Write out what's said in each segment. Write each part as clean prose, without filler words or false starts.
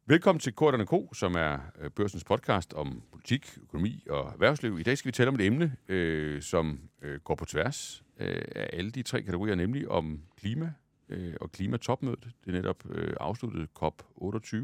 Velkommen til K, som er Børsens podcast om politik, økonomi og erhvervsliv. I dag skal vi tale om et emne, som går på tværs af alle de tre kategorier, nemlig om klima og klimatopmødet. Det er netop afsluttet COP28.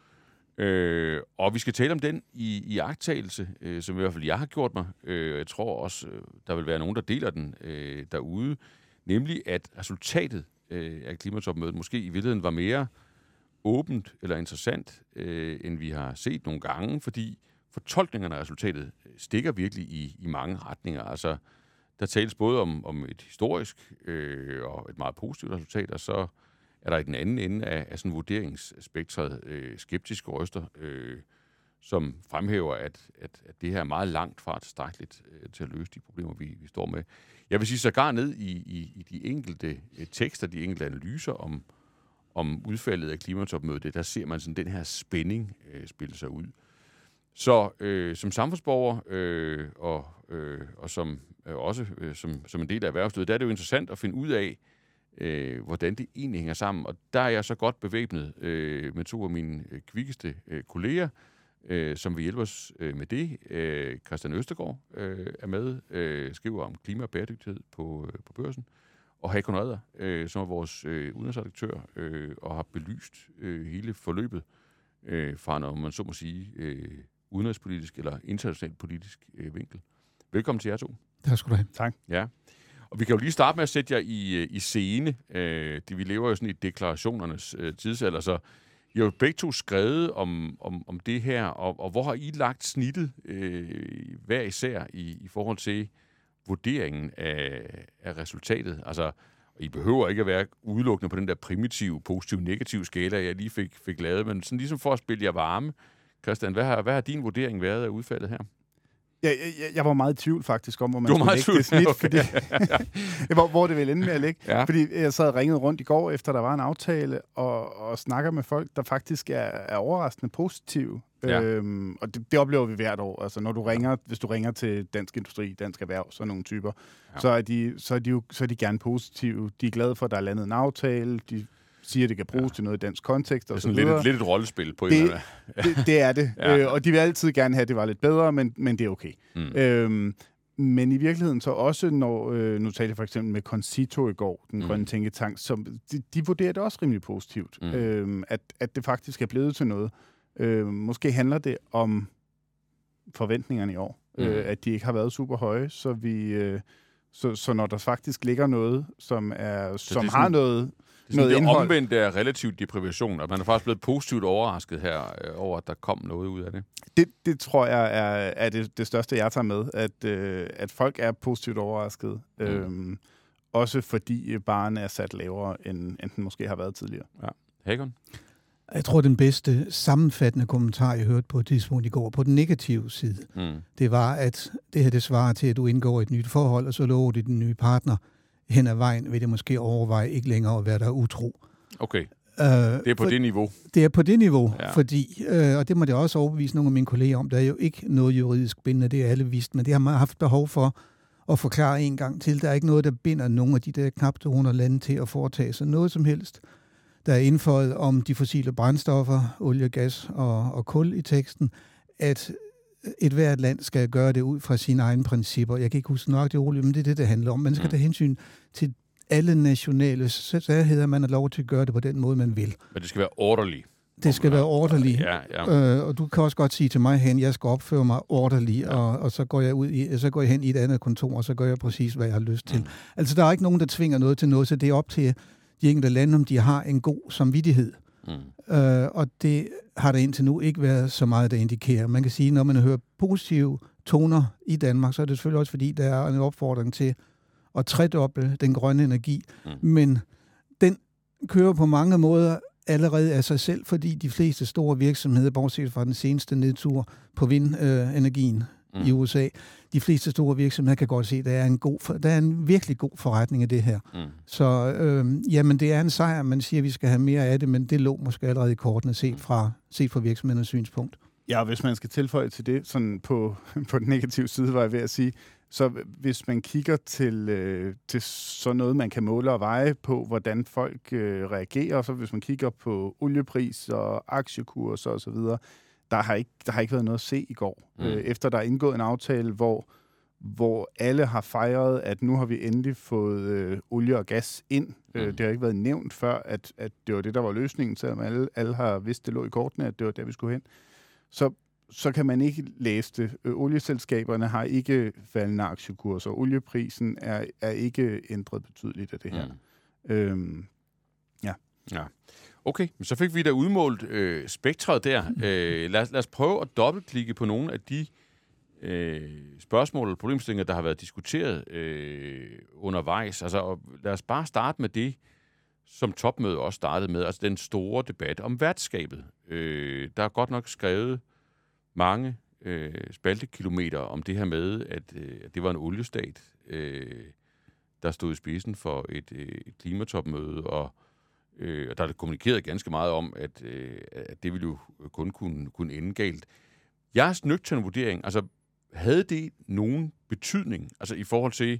Og vi skal tale om den i iagttagelse, som i hvert fald jeg har gjort mig. Jeg tror også, der vil være nogen, der deler den derude. Nemlig at resultatet af klimatopmødet måske i virkeligheden var mere åbent eller interessant, end vi har set nogle gange, fordi fortolkningerne af resultatet stikker virkelig i mange retninger. Altså, der tales både om et historisk og et meget positivt resultat, og så er der i den anden ende af sådan vurderingsspektret skeptiske røster, som fremhæver, at det her er meget langt fra tilstrækkeligt til at løse de problemer, vi står med. Jeg vil sige sågar ned i de enkelte tekster, de enkelte analyser om udfaldet af klimatopmødet, der ser man sådan den her spænding spille sig ud. Så som samfundsborger og som også som en del af erhvervslivet, der er det jo interessant at finde ud af, hvordan det egentlig hænger sammen. Og der er jeg så godt bevæbnet med to af mine kvikkeste kolleger, som vil hjælpe os med det. Christian Østergaard er med, skriver om klima og bæredygtighed på Børsen. Og Hakon Redder, som er vores udenrigsredaktør, og har belyst hele forløbet fra, når man så må sige, udenrigspolitisk eller internationalt politisk vinkel. Velkommen til jer to. Tak skal du have. Tak. Ja. Og vi kan jo lige starte med at sætte jer i scene. Vi lever jo sådan i deklarationernes tidsalder, så I har jo begge to skrevet om det her, og hvor har I lagt snittet hver især i forhold til vurderingen af resultatet? Altså, I behøver ikke at være udelukkende på den der primitive, positiv-negativ skala, jeg lige fik lavet, men sådan ligesom for at spille jer varme. Christian, hvad har din vurdering været af udfaldet her? Jeg var meget i tvivl faktisk om, hvor man skulle lægge det snit, okay. Fordi, hvor det ville ende med at ligge. Ja. Fordi jeg sad og ringede rundt i går, efter der var en aftale, og snakker med folk, der faktisk er overraskende positive. Ja. Og det oplever vi hvert år. Altså, når du ringer, hvis du ringer til Dansk Industri, Dansk Erhverv, sådan nogle typer, så er de gerne positive. De er glade for, at der er landet en aftale. De siger, at det kan bruges til noget i dansk kontekst. Det er sådan lidt et rollespil på en eller anden. Det er det. Ja. Og de vil altid gerne have, at det var lidt bedre, men det er okay. Men i virkeligheden så også, når nu talte jeg for eksempel med Concito i går, den grønne tænketank, som de vurderer det også rimelig positivt, at det faktisk er blevet til noget. Måske handler det om forventningerne i år, at de ikke har været super høje, så når der faktisk ligger noget, som har noget indhold. Omvendt er relativt deprivation, at man er faktisk blevet positivt overrasket her over, at der kom noget ud af det. Det tror jeg er det største, jeg tager med, at folk er positivt overrasket. Også fordi barren er sat lavere, end den måske har været tidligere. Ja. Hakon? Jeg tror, den bedste sammenfattende kommentar, jeg hørte på et tidspunkt i går, på den negative side, det var, at det her det svarer til, at du indgår et nyt forhold, og så lover du din nye partner, hen ad vejen vil det måske overveje ikke længere at være der utro. Okay. Det er på det niveau. Det er på det niveau, ja. Fordi, og det må jeg også overbevise nogle af mine kolleger om, der er jo ikke noget juridisk bindende, det er alle vist, men det har man haft behov for at forklare en gang til. Der er ikke noget, der binder nogle af de der knap 200 lande til at foretage sig noget som helst. Der er indføjet om de fossile brændstoffer, olie, gas og kul i teksten, at et hvert land skal gøre det ud fra sine egne principper. Jeg kan ikke huske nok det olie, men det er det handler om. Man skal tage hensyn til alle nationale særheder, man har lov til at gøre det på den måde, man vil. Men det skal være orderly. Det skal være orderly. Ja. Og du kan også godt sige til mig hen, jeg skal opføre mig orderly, og så går jeg hen i et andet kontor, og så gør jeg præcis, hvad jeg har lyst til. Altså, der er ikke nogen, der tvinger noget til noget, så det er op til de enkelte lande, om de har en god samvittighed. Og det har der indtil nu ikke været så meget, der indikerer. Man kan sige, når man hører positive toner i Danmark, så er det selvfølgelig også, fordi der er en opfordring til at tredoble den grønne energi. Men den kører på mange måder allerede af sig selv, fordi de fleste store virksomheder, bortset fra den seneste nedtur på vindenergien i USA, de fleste store virksomheder kan godt se, at der er en virkelig god forretning af det her. Så jamen, det er en sejr, man siger, at vi skal have mere af det, men det lå måske allerede i kortene set fra virksomhedernes synspunkt. Ja, hvis man skal tilføje til det, sådan på den negative side, var jeg ved at sige, så hvis man kigger til sådan noget, man kan måle og veje på, hvordan folk reagerer, så hvis man kigger på oliepris og aktiekurser og så videre, der har ikke været noget at se i går. Efter der er indgået en aftale, hvor alle har fejret, at nu har vi endelig fået olie og gas ind. Det har ikke været nævnt før, at det var det, der var løsningen, selvom alle har vidst, det lå i kortene, at det var der, vi skulle hen. Så kan man ikke læse det. Olieselskaberne har ikke faldende aktiekurser. Olieprisen er ikke ændret betydeligt af det her. Ja. Okay, så fik vi da udmålt spektret der. Lad os prøve at dobbeltklikke på nogle af de spørgsmål og problemstillinger, der har været diskuteret undervejs. Altså, lad os bare starte med det, som topmødet også startede med, altså den store debat om værtskabet. Der er godt nok skrevet mange spaltekilometer om det her med, at det var en oliestat, der stod i spidsen for et klimatopmøde, og der er det kommunikeret ganske meget om, at det ville jo kun kunne ende galt. Jeres nøgterne vurdering, altså havde det nogen betydning, altså i forhold til,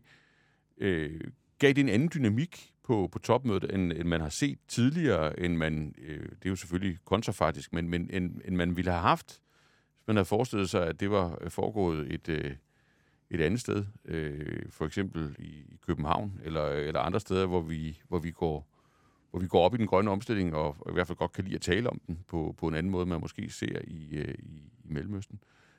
gav det en anden dynamik på topmødet, end man har set tidligere, end man, det er jo selvfølgelig kontrafaktisk, men end man ville have haft, hvis man havde forestillet sig, at det var foregået et andet sted, for eksempel i København, eller andre steder, hvor vi går op i den grønne omstilling, og i hvert fald godt kan lide at tale om den på en anden måde, man måske ser i Mellemøsten.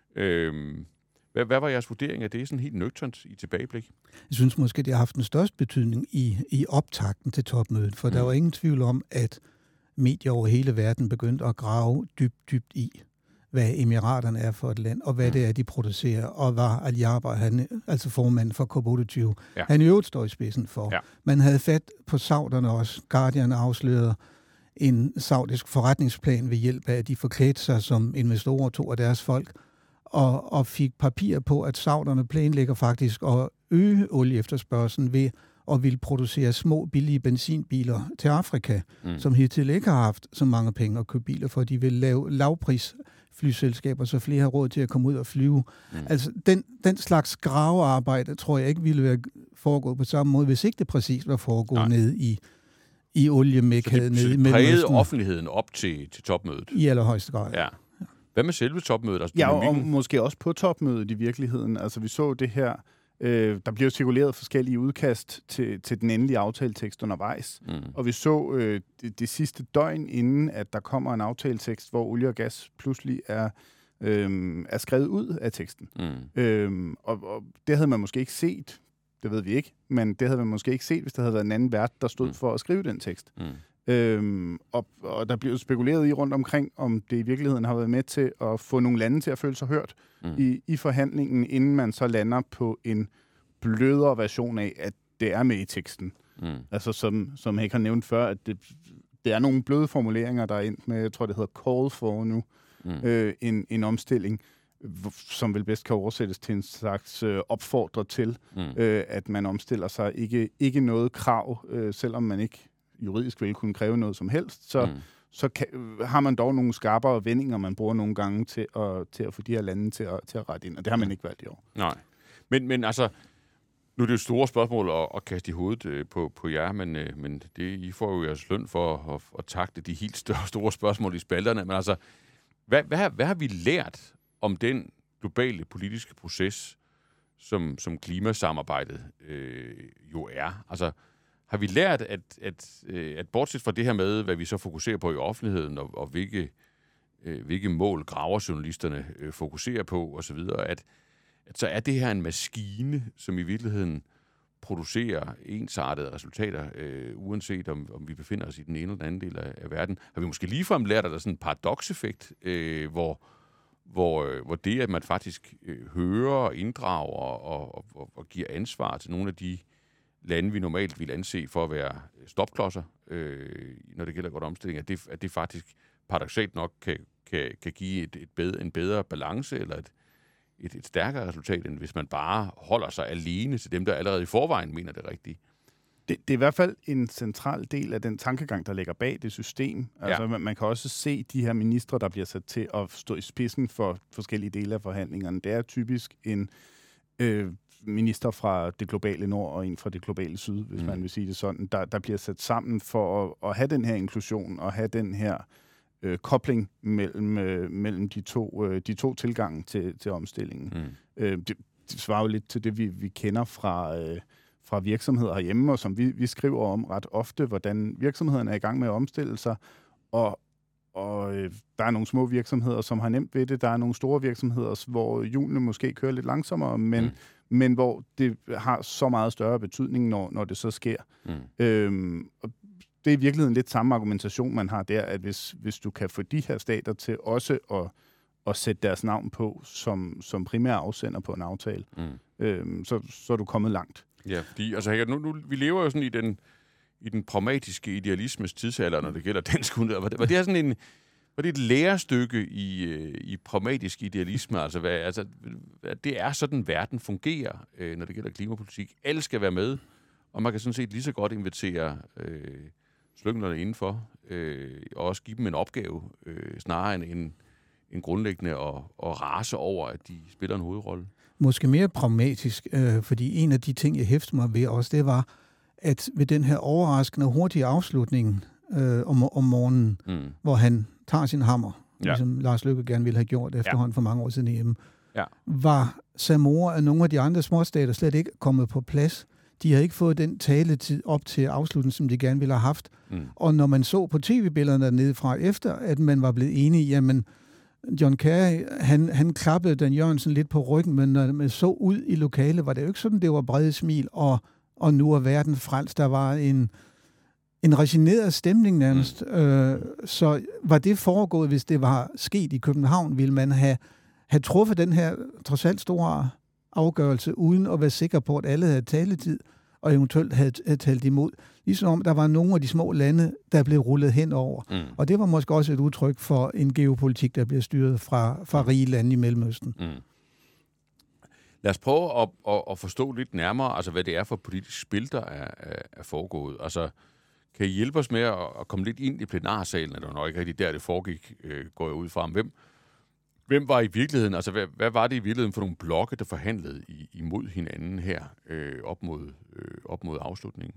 Hvad var jeres vurdering af det, sådan helt nøgternt i tilbageblik? Jeg synes måske, det har haft den største betydning i optakten til topmødet, for der var ingen tvivl om, at medier over hele verden begyndte at grave dybt i, hvad Emiraterne er for et land, og hvad det er, de producerer, og hvad Al-Jaber, altså formanden for COP28, han i øvrigt står i spidsen for. Ja. Man havde fat på sauderne også. Guardian afslørede en saudisk forretningsplan ved hjælp af, at de forklædte sig som investorer, to af deres folk, og fik papir på, at sauderne planlægger faktisk at øge olieefterspørgselen ved at ville producere små, billige benzinbiler til Afrika, som hidtil ikke har haft så mange penge at købe biler for. De vil lave lavpris flyselskaber, så flere har råd til at komme ud og flyve. Altså, den slags gravearbejde, tror jeg ikke ville være foregået på samme måde, hvis ikke det præcis var foregået nede i oliemækket nede i Mellemøsten. Så det prægede offentligheden op til topmødet? I allerhøjeste grad. Ja. Hvad med selve topmødet? Altså, og måske også på topmødet i virkeligheden. Altså, vi så det her. Der bliver cirkuleret forskellige udkast til den endelige aftaletekst undervejs. Og vi så det sidste døgn, inden at der kommer en aftaletekst, hvor olie og gas pludselig er skrevet ud af teksten. Og det havde man måske ikke set. Det ved vi ikke. Men det havde man måske ikke set, hvis der havde været en anden vært, der stod for at skrive den tekst. Og der bliver spekuleret i rundt omkring, om det i virkeligheden har været med til at få nogle lande til at føle sig hørt i forhandlingen, inden man så lander på en blødere version af, at det er med i teksten. Altså som jeg ikke har nævnt før, at det er nogle bløde formuleringer, der er endt med, jeg tror det hedder call for nu, en omstilling, som vel bedst kan oversættes til en slags opfordrer til, at man omstiller sig. Ikke noget krav, selvom man ikke juridisk vil kunne kræve noget som helst, så har man dog nogle skarpere vendinger, man bruger nogle gange til at få de her lande til at rette ind, og det har man ikke valgt i år. Nej, men altså, nu er det jo store spørgsmål at kaste i hovedet på jer, men det, I får jo jeres løn for at takle de helt store spørgsmål i spalterne, men altså, hvad har vi lært om den globale politiske proces, som klimasamarbejdet jo er? Altså, har vi lært, at bortset fra det her med, hvad vi så fokuserer på i offentligheden, og hvilke mål graverjournalisterne fokuserer på osv., at så er det her en maskine, som i virkeligheden producerer ensartede resultater, uanset om vi befinder os i den ene eller den anden del af verden. Har vi måske ligefrem lært, at der er sådan en paradokseffekt, hvor det, at man faktisk hører og inddrager og giver ansvar til nogle af de lande, vi normalt vil anse for at være stopklodser, når det gælder godt omstilling, at det faktisk paradoksalt nok kan give en bedre balance, eller et stærkere resultat, end hvis man bare holder sig alene til dem, der allerede i forvejen mener det rigtige. Det er i hvert fald en central del af den tankegang, der ligger bag det system. Altså, man kan også se de her ministre, der bliver sat til at stå i spidsen for forskellige dele af forhandlingerne. Det er typisk en minister fra det globale nord og en fra det globale syd, hvis man vil sige det sådan, der bliver sat sammen for at have den her inklusion og have den her kobling mellem de to tilgange til omstillingen. Det svarer jo lidt til det, vi kender fra virksomheder herhjemme, og som vi skriver om ret ofte, hvordan virksomhederne er i gang med at omstille sig, og der er nogle små virksomheder, som har nemt ved det. Der er nogle store virksomheder, hvor hjulene måske kører lidt langsommere, men hvor det har så meget større betydning, når det så sker. Og det er i virkeligheden lidt samme argumentation, man har der, at hvis du kan få de her stater til også at sætte deres navn på som primær afsender på en aftale, så er du kommet langt. Ja, fordi altså, nu vi lever jo sådan i den pragmatiske idealismes tidsalder, når det gælder dansk udenrigs. Var det sådan var det et lærestykke i pragmatisk idealisme? Altså, det er sådan, verden fungerer, når det gælder klimapolitik. Alle skal være med, og man kan sådan set lige så godt invitere slynglerne indenfor, og også give dem en opgave, snarere end en grundlæggende og rase over, at de spiller en hovedrolle. Måske mere pragmatisk, fordi en af de ting, jeg hæftede mig ved også, det var, at ved den her overraskende hurtige afslutning om morgenen, hvor han tager sin hammer, ligesom Lars Løkke gerne ville have gjort efterhånden for mange år siden hjemme, var Samoa og nogle af de andre småstater slet ikke kommet på plads. De havde ikke fået den taletid op til afslutningen, som de gerne ville have haft. Og når man så på tv-billederne dernede fra efter, at man var blevet enige, jamen John Kerry, han klappede Dan Jørgensen lidt på ryggen, men når man så ud i lokalet, var det jo ikke sådan, det var brede smil, og nu er verden frelst. Der var en resigneret stemning nærmest. Så var det foregået, hvis det var sket i København, ville man have truffet den her trods alt store afgørelse, uden at være sikker på, at alle havde taletid, og eventuelt havde talt imod. Ligesom om der var nogle af de små lande, der blev rullet henover. Og det var måske også et udtryk for en geopolitik, der bliver styret fra rige lande i Mellemøsten. Lad os prøve at forstå lidt nærmere, altså hvad det er for politisk spil, der er foregået. Altså, kan I hjælpe os med at komme lidt ind i plenarsalen? Det var nok ikke rigtig der, det foregik, går jeg ud fra. Hvem var i virkeligheden, altså hvad var det i virkeligheden for nogle blokke, der forhandlede imod hinanden her op mod afslutningen?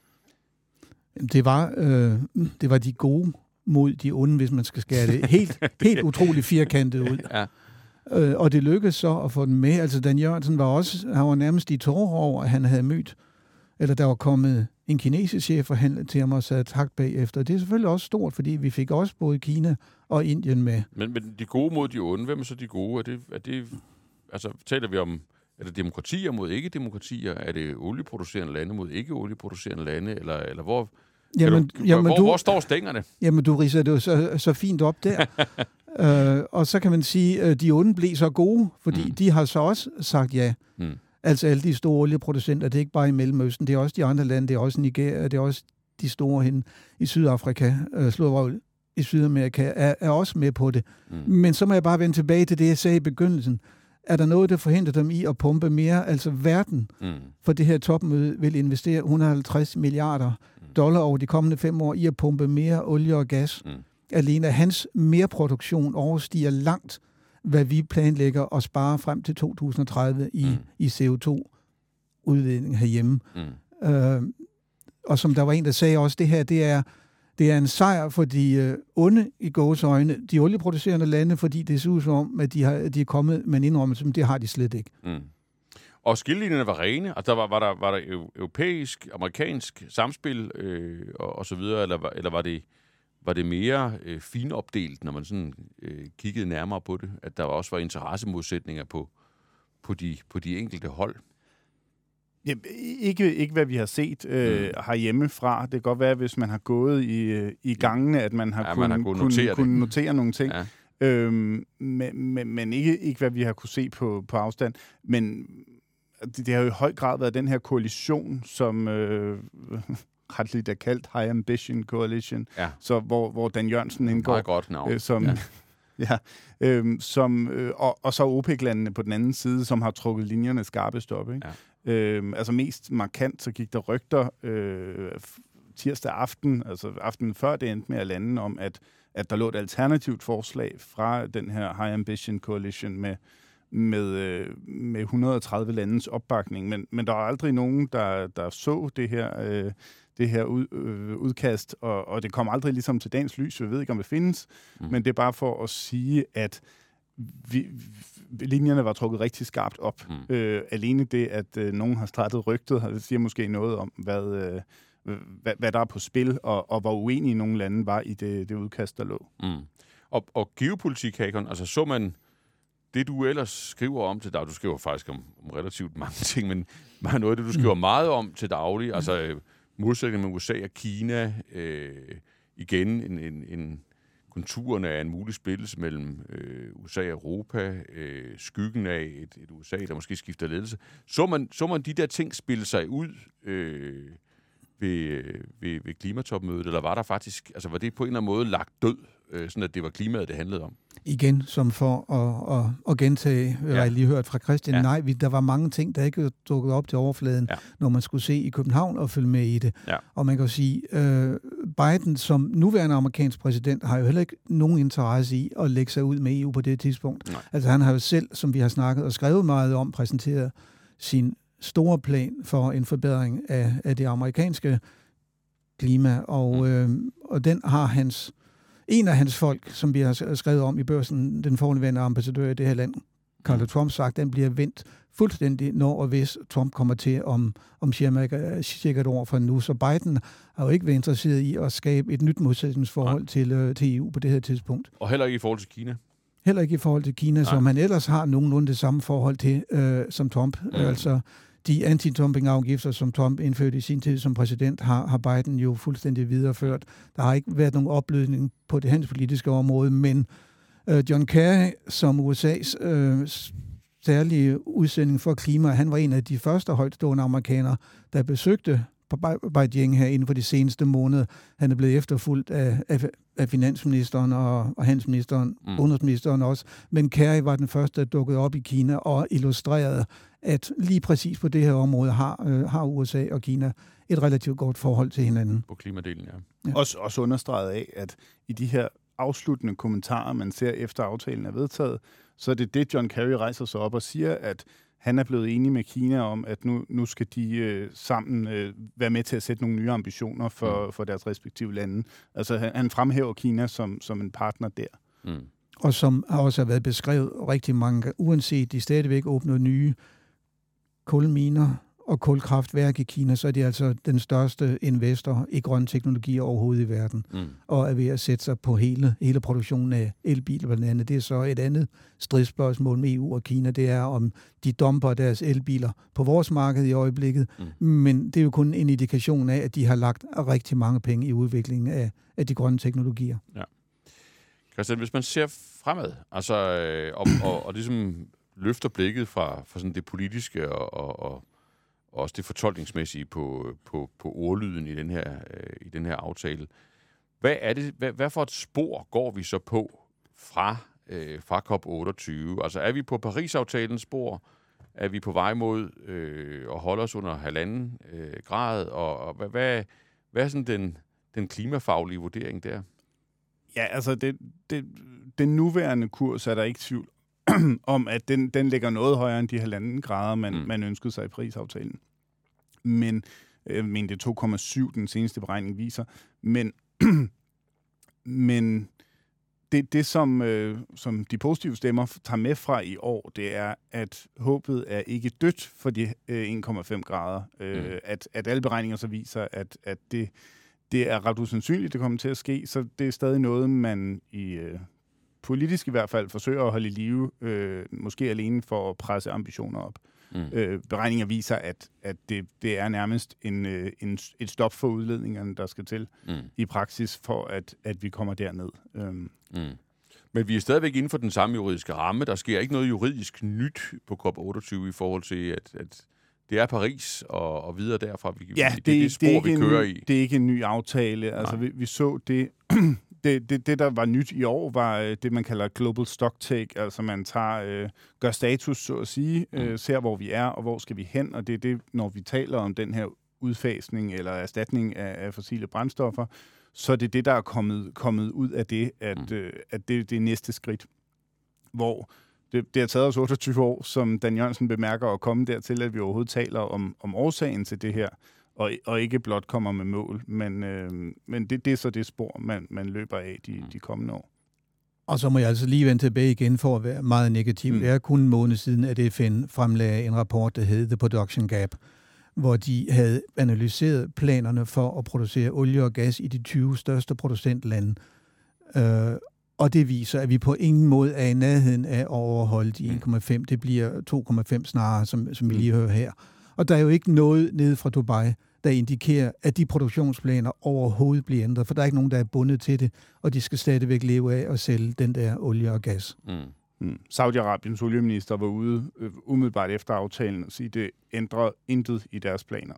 Det var de gode mod de onde, hvis man skal skære det helt utroligt firkantet ud. Ja. Og det lykkedes så at få den med. Altså Dan Jørgensen han var nærmest i tårer over, at han havde mødt, eller der var kommet en kinesisk chefforhandler til ham og sat hakt bagefter. Det er selvfølgelig også stort, fordi vi fik også både Kina og Indien med. Men de gode mod de onde, hvem er så de gode? Er det altså taler vi om, er det demokratier mod ikke-demokratier? Er det olieproducerende lande mod ikke-olieproducerende lande? Eller hvor, hvor står stængerne? Jamen, du ridser det jo så fint op der. Og så kan man sige, at de onde blev så gode, fordi de har så også sagt ja. Altså alle de store olieproducenter, det er ikke bare i Mellemøsten, det er også de andre lande, det er også Nigeria, det er også de store hen i Sydafrika, i Sydamerika, er også med på det. Men så må jeg bare vende tilbage til det, jeg sagde i begyndelsen. Er der noget, der forhindrer dem i at pumpe mere? Altså verden for det her topmøde vil investere 150 milliarder dollar over de kommende 5 år i at pumpe mere olie og gas. Alene hans merproduktion overstiger langt, hvad vi planlægger at spare frem til 2030 i CO2-udledning herhjemme. Og som der var en, der sagde også, det her, det er en sejr for de onde i gåseøjne, de olieproducerende lande, fordi det ser ud som om, at de er kommet med en indrømmelse, men det har de slet ikke. Og skillelinjerne var rene, og der var der europæisk, amerikansk samspil og så videre, eller var det mere finopdelt, når man sådan kiggede nærmere på det, at der også var interessemodsætninger på de enkelte hold? Ja, ikke hvad vi har set herhjemmefra. Det kan godt være, hvis man har gået i gangene, at man har kunnet notere nogle ting. Ja. Men ikke hvad vi har kunne se på afstand. Men det har jo i høj grad været den her koalition, som retligt er kaldt High Ambition Coalition, så hvor Dan Jørgensen indgår. Meget godt navn. Og så OPEC-landene på den anden side, som har trukket linjerne skarpest op. Ikke? Altså mest markant, så gik der rygter tirsdag aften, altså aftenen før det endte med at lande, om at der lå et alternativt forslag fra den her High Ambition Coalition med 130 landes opbakning. Men der er aldrig nogen, der så det her udkast, og det kom aldrig ligesom til dagens lys. Vi ved ikke, om det findes, men det er bare for at sige, at linjerne var trukket rigtig skarpt op. Alene det, at nogen har startet rygtet, siger måske noget om, hvad der er på spil, og hvor uenige nogle lande var i det udkast, der lå. Og geopolitik, Hakon, altså så man det, du ellers skriver om til dig, du skriver faktisk om relativt mange ting, men noget af det, du skriver meget om til daglig, altså modsætningen med USA og Kina, igen en konturerne af en mulig splittelse mellem USA og Europa, skyggen af et USA, der måske skifter ledelse. Så man de der ting spille sig ud ved klimatopmødet, eller var der faktisk, altså var det på en eller anden måde lagt død, sådan at det var klimaet, det handlede om? Igen, som for at gentage, hvad jeg lige hørt fra Christian, nej, der var mange ting, der ikke dukket op til overfladen, når man skulle se i København og følge med i det. Ja. Og man kan jo sige, Biden som nuværende amerikansk præsident har jo heller ikke nogen interesse i at lægge sig ud med EU på det tidspunkt. Nej. Altså han har jo selv, som vi har snakket og skrevet meget om, præsenteret sin store plan for en forbedring af det amerikanske klima, og den har en af hans folk, som vi har skrevet om i Børsen, den forhenværende ambassadør i det her land, Carla Trump, sagt, den bliver vendt fuldstændig, når og hvis Trump kommer til om cirka et år fra nu. Så Biden har jo ikke været interesseret i at skabe et nyt modsætningsforhold til EU på det her tidspunkt. Og heller ikke i forhold til Kina? Heller ikke i forhold til Kina, som han ellers har nogenlunde det samme forhold til som Trump. Altså de anti-dumping-afgifter, som Trump indførte i sin tid som præsident, har Biden jo fuldstændig videreført. Der har ikke været nogen opløsning på det handelspolitiske område, men John Kerry, som USA's særlige udsending for klima, han var en af de første højtstående amerikanere, der besøgte Beijing her inden for de seneste måneder. Han er blevet efterfulgt af finansministeren og handelsministeren, udenrigsministeren også. Men Kerry var den første, der dukkede op i Kina og illustrerede, at lige præcis på det her område har USA og Kina et relativt godt forhold til hinanden. På klimadelen, ja. Også understreget af, at i de her afsluttende kommentarer, man ser efter aftalen er vedtaget, så er det John Kerry rejser sig op og siger, at han er blevet enig med Kina om, at nu skal de sammen være med til at sætte nogle nye ambitioner for deres respektive lande. Altså han fremhæver Kina som en partner der. Og som også har været beskrevet rigtig mange, uanset de stadigvæk åbner nye kulminer og kulkraftværk i Kina, så er de altså den største investor i grønne teknologier overhovedet i verden, og er ved at sætte sig på hele produktionen af elbiler blandt andet. Det er så et andet stridsspørgsmål med EU og Kina, det er, om de dumper deres elbiler på vores marked i øjeblikket, men det er jo kun en indikation af, at de har lagt rigtig mange penge i udviklingen af de grønne teknologier. Ja. Christian, hvis man ser fremad, altså, og ligesom løfter blikket fra sådan det politiske og også det fortolkningsmæssige på ordlyden i den her aftale. Hvad for et spor går vi så på fra COP28? Altså er vi på Paris-aftalens spor? Er vi på vej mod at holde os under 1,5 grad? Og hvad er sådan den klimafaglige vurdering der? Ja, altså den nuværende kurs er der ikke tvivl om, at den ligger noget højere end de 1,5 grader, man ønskede sig i Paris-aftalen. Men det er 2,7, den seneste beregning viser. Men det som de positive stemmer tager med fra i år, det er, at håbet er ikke dødt for de 1,5 grader. At alle beregninger så viser, at det er ret usandsynligt, det kommer til at ske, så det er stadig noget, man politisk i hvert fald forsøger at holde i live, måske alene for at presse ambitioner op. Beregninger viser, at det er nærmest et stop for udledningerne, der skal til i praksis, for at vi kommer derned. Men vi er stadigvæk inden for den samme juridiske ramme. Der sker ikke noget juridisk nyt på COP28 i forhold til, at det er Paris og videre derfra. Det spor, vi kører i. Det er ikke en ny aftale. Altså, vi så det... Det, der var nyt i år, var det, man kalder global stocktake. Altså, man gør status, så at sige, ser, hvor vi er, og hvor skal vi hen. Og det er det, når vi taler om den her udfasning eller erstatning af fossile brændstoffer, så er det, der er kommet ud af det, at det er næste skridt. Hvor det har taget os 28 år, som Dan Jørgensen bemærker, at komme dertil, at vi overhovedet taler om årsagen til det her, og ikke blot kommer med mål. Men det er så det spor, man løber af de kommende år. Og så må jeg altså lige vende tilbage igen for at være meget negativ. Det er kun en måned siden, at FN fremlagde en rapport, der hed The Production Gap, hvor de havde analyseret planerne for at producere olie og gas i de 20 største producentlande. Og det viser, at vi på ingen måde er i nærheden af at overholde de 1,5. Det bliver 2,5 snarere, som vi lige hører her. Og der er jo ikke noget nede fra Dubai, der indikerer, at de produktionsplaner overhovedet bliver ændret, for der er ikke nogen, der er bundet til det, og de skal stadigvæk leve af at sælge den der olie og gas. Saudi-Arabiens olieminister var ude umiddelbart efter aftalen og sige, at det ændrer intet i deres planer.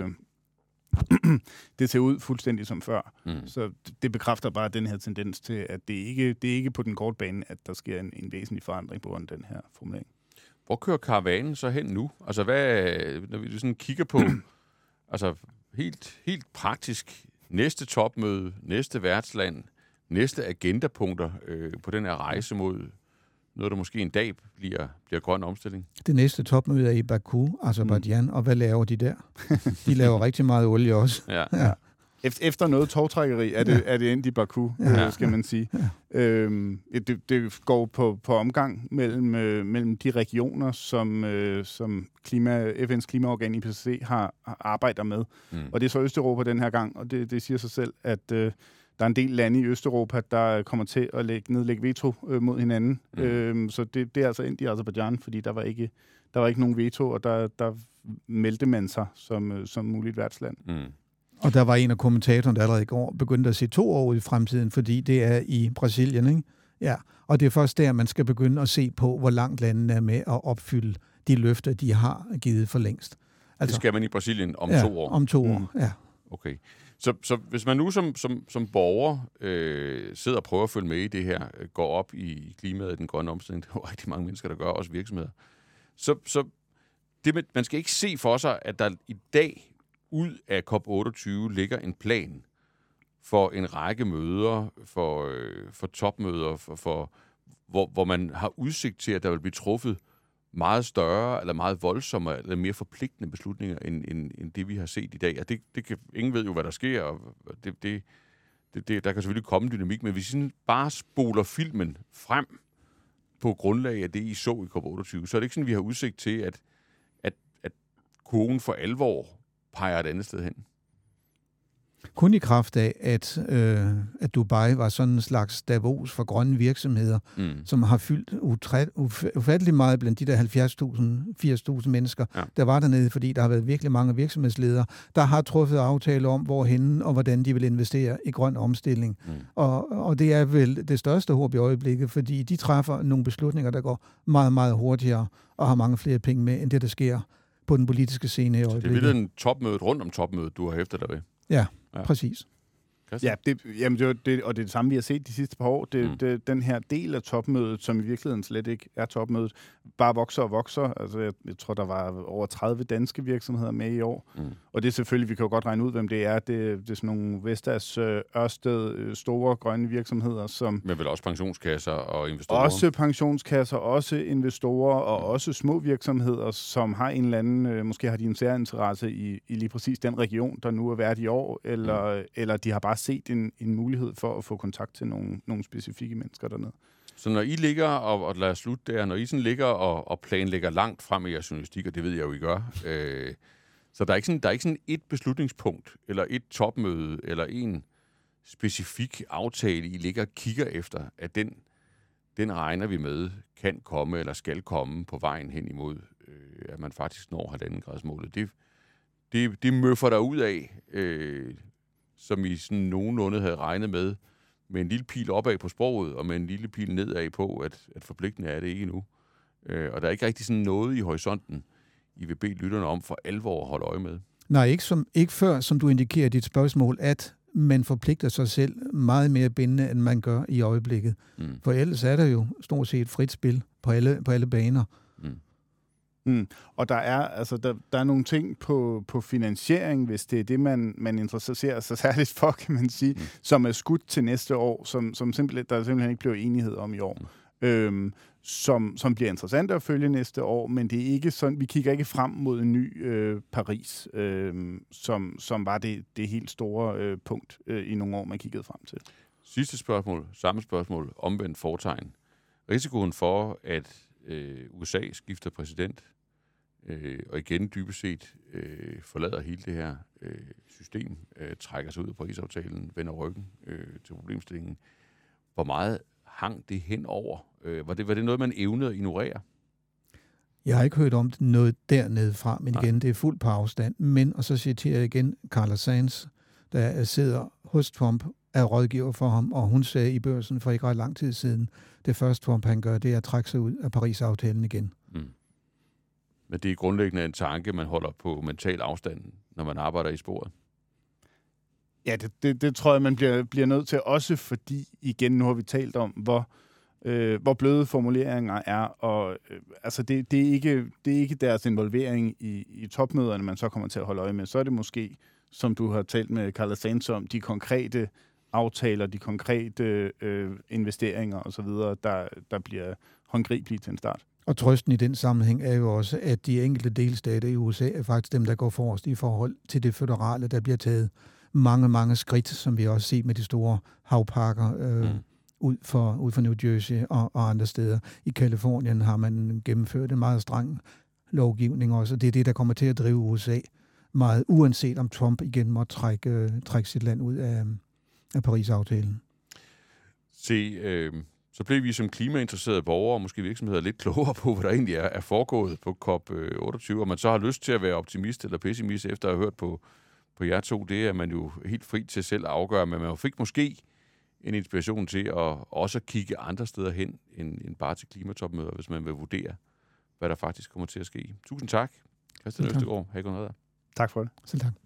Det ser ud fuldstændig som før. Så det bekræfter bare den her tendens til, at det er ikke på den korte bane, at der sker en væsentlig forandring på den her formulering. Hvor kører karavanen så hen nu? Altså, når vi sådan kigger på altså helt praktisk næste topmøde, næste værtsland, næste agendapunkter på den her rejse mod noget, der måske en dag bliver grøn omstilling? Det næste topmøde er i Baku, Aserbajdsjan, og hvad laver de der? De laver rigtig meget olie også. Ja. Efter noget togtrækkeri er det endt i Baku, skal man sige. Ja. Det går på omgang mellem de regioner, som FN's klimaorgan IPCC arbejder med. Og det er så Østeuropa den her gang, og det siger sig selv, at der er en del lande i Østeuropa, der kommer til at nedlægge veto mod hinanden. Så det er altså endt i Aserbajdsjan, fordi der var ikke nogen veto, og der meldte man sig som muligt værtsland. Og der var en af kommentatorerne, der allerede i går begyndte at se 2 år i fremtiden, fordi det er i Brasilien, ikke? Ja, og det er først der, man skal begynde at se på, hvor langt landene er med at opfylde de løfter, de har givet for længst. Altså, det skal man i Brasilien om 2 år? Om 2 år, ja. Okay. Så hvis man nu som borger sidder og prøver at følge med i det her, går op i klimaet, den grønne omstilling, det er jo rigtig mange mennesker, der gør, også virksomheder, så man skal ikke se for sig, at der i dag ud af COP28 ligger en plan for en række møder, for topmøder, hvor man har udsigt til, at der vil blive truffet meget større, eller meget voldsommere, eller mere forpligtende beslutninger, end det, vi har set i dag. Og det kan, ingen ved jo, hvad der sker, og der kan selvfølgelig komme dynamik, men hvis vi bare spoler filmen frem på grundlag af det, I så i COP28, så er det ikke sådan, vi har udsigt til, at kurven for alvor peger et andet sted hen. Kun i kraft af, at Dubai var sådan en slags Davos for grønne virksomheder, som har fyldt ufattelig meget blandt de der 80.000 mennesker, der var dernede, fordi der har været virkelig mange virksomhedsledere, der har truffet aftaler om, hvorhen og hvordan de vil investere i grøn omstilling. Og det er vel det største håb i øjeblikket, fordi de træffer nogle beslutninger, der går meget, meget hurtigere og har mange flere penge med, end det, der sker på den politiske scene i øjeblikket. Det er virkelig en topmøde rundt om topmødet, du har hæftet dig ved. Ja, præcis. Ja, det er det samme, vi har set de sidste par år. Den her del af topmødet, som i virkeligheden slet ikke er topmødet, bare vokser og vokser. Altså, jeg tror, der var over 30 danske virksomheder med i år. Og det er selvfølgelig, vi kan jo godt regne ud, hvem det er. Det er sådan nogle Vestas, Ørsted, store grønne virksomheder, som... Men vel også pensionskasser og investorer? Også pensionskasser, også investorer og også små virksomheder, som har en eller anden... Måske har de en særinteresse i lige præcis den region, der nu er vært i år, eller de har bare set en mulighed for at få kontakt til nogle specifikke mennesker dernede. Så når I ligger, og lad os slutte der, når I sådan ligger og planlægger langt frem i jeres journalistik, og det ved jeg jo, I gør, så der er ikke sådan et beslutningspunkt, eller et topmøde, eller en specifik aftale, I ligger og kigger efter, at den regner vi med, kan komme eller skal komme på vejen hen imod, at man faktisk når 1,5-gradsmålet. Det møffer der ud af, som I sådan nogenlunde havde regnet med en lille pil opad på sproget, og med en lille pil nedad på, at forpligtende er det ikke endnu. Og der er ikke rigtig sådan noget i horisonten I vil bede lytterne om for alvor at holde øje med? Nej, ikke før, som du indikerer i dit spørgsmål, at man forpligter sig selv meget mere bindende, end man gør i øjeblikket. For ellers er der jo stort set frit spil på alle baner. Og der er nogle ting på finansiering, hvis det er det, man interesserer sig særligt for, kan man sige, som er skudt til næste år, som der simpelthen ikke bliver enighed om i år. Som bliver interessant at følge næste år, men det er ikke sådan, vi kigger ikke frem mod en ny Paris, som var det helt store punkt i nogle år, man kiggede frem til. Sidste spørgsmål, samme spørgsmål, omvendt fortegn. Risikoen for, at USA skifter præsident, og igen dybest set forlader hele det her system, trækker sig ud af Paris-aftalen, vender ryggen til problemstillingen. Hvor meget hang det hen over? Var det noget, man evnede at ignorere? Jeg har ikke hørt om noget dernede fra, men igen, det er fuldt på afstand. Men, og så citerer jeg igen Carla Sands, der sidder hos Trump, er rådgiver for ham, og hun sagde i Børsen for ikke ret lang tid siden, det første Trump han gør, det er at trække sig ud af Paris-aftalen igen. Men det er grundlæggende en tanke, man holder på mental afstand, når man arbejder i sporet. Ja, det tror jeg, man bliver nødt til, også fordi, igen, nu har vi talt om, hvor bløde formuleringer er, og det er ikke deres involvering i topmøderne, man så kommer til at holde øje med. Så er det måske, som du har talt med Carla Sands om, de konkrete aftaler, de konkrete investeringer osv., der bliver håndgribelige til en start. Og trøsten i den sammenhæng er jo også, at de enkelte delstater i USA er faktisk dem, der går forrest i forhold til det føderale, der bliver taget mange skridt, som vi også ser med de store havparker ud for New Jersey og andre steder. I Kalifornien har man gennemført en meget streng lovgivning også, og det er det, der kommer til at drive USA meget, uanset om Trump igen må trække sit land ud af Paris-aftalen. Så blev vi som klimainteresserede borgere og måske virksomheder lidt klogere på, hvad der egentlig er foregået på COP28, og man så har lyst til at være optimist eller pessimist efter at have hørt på jer to, det er man jo helt fri til selv at afgøre, men man fik måske en inspiration til at også kigge andre steder hen end bare til klimatopmøder, hvis man vil vurdere, hvad der faktisk kommer til at ske. Tusind tak, Christian Østergaard. Tak for det. Selv tak.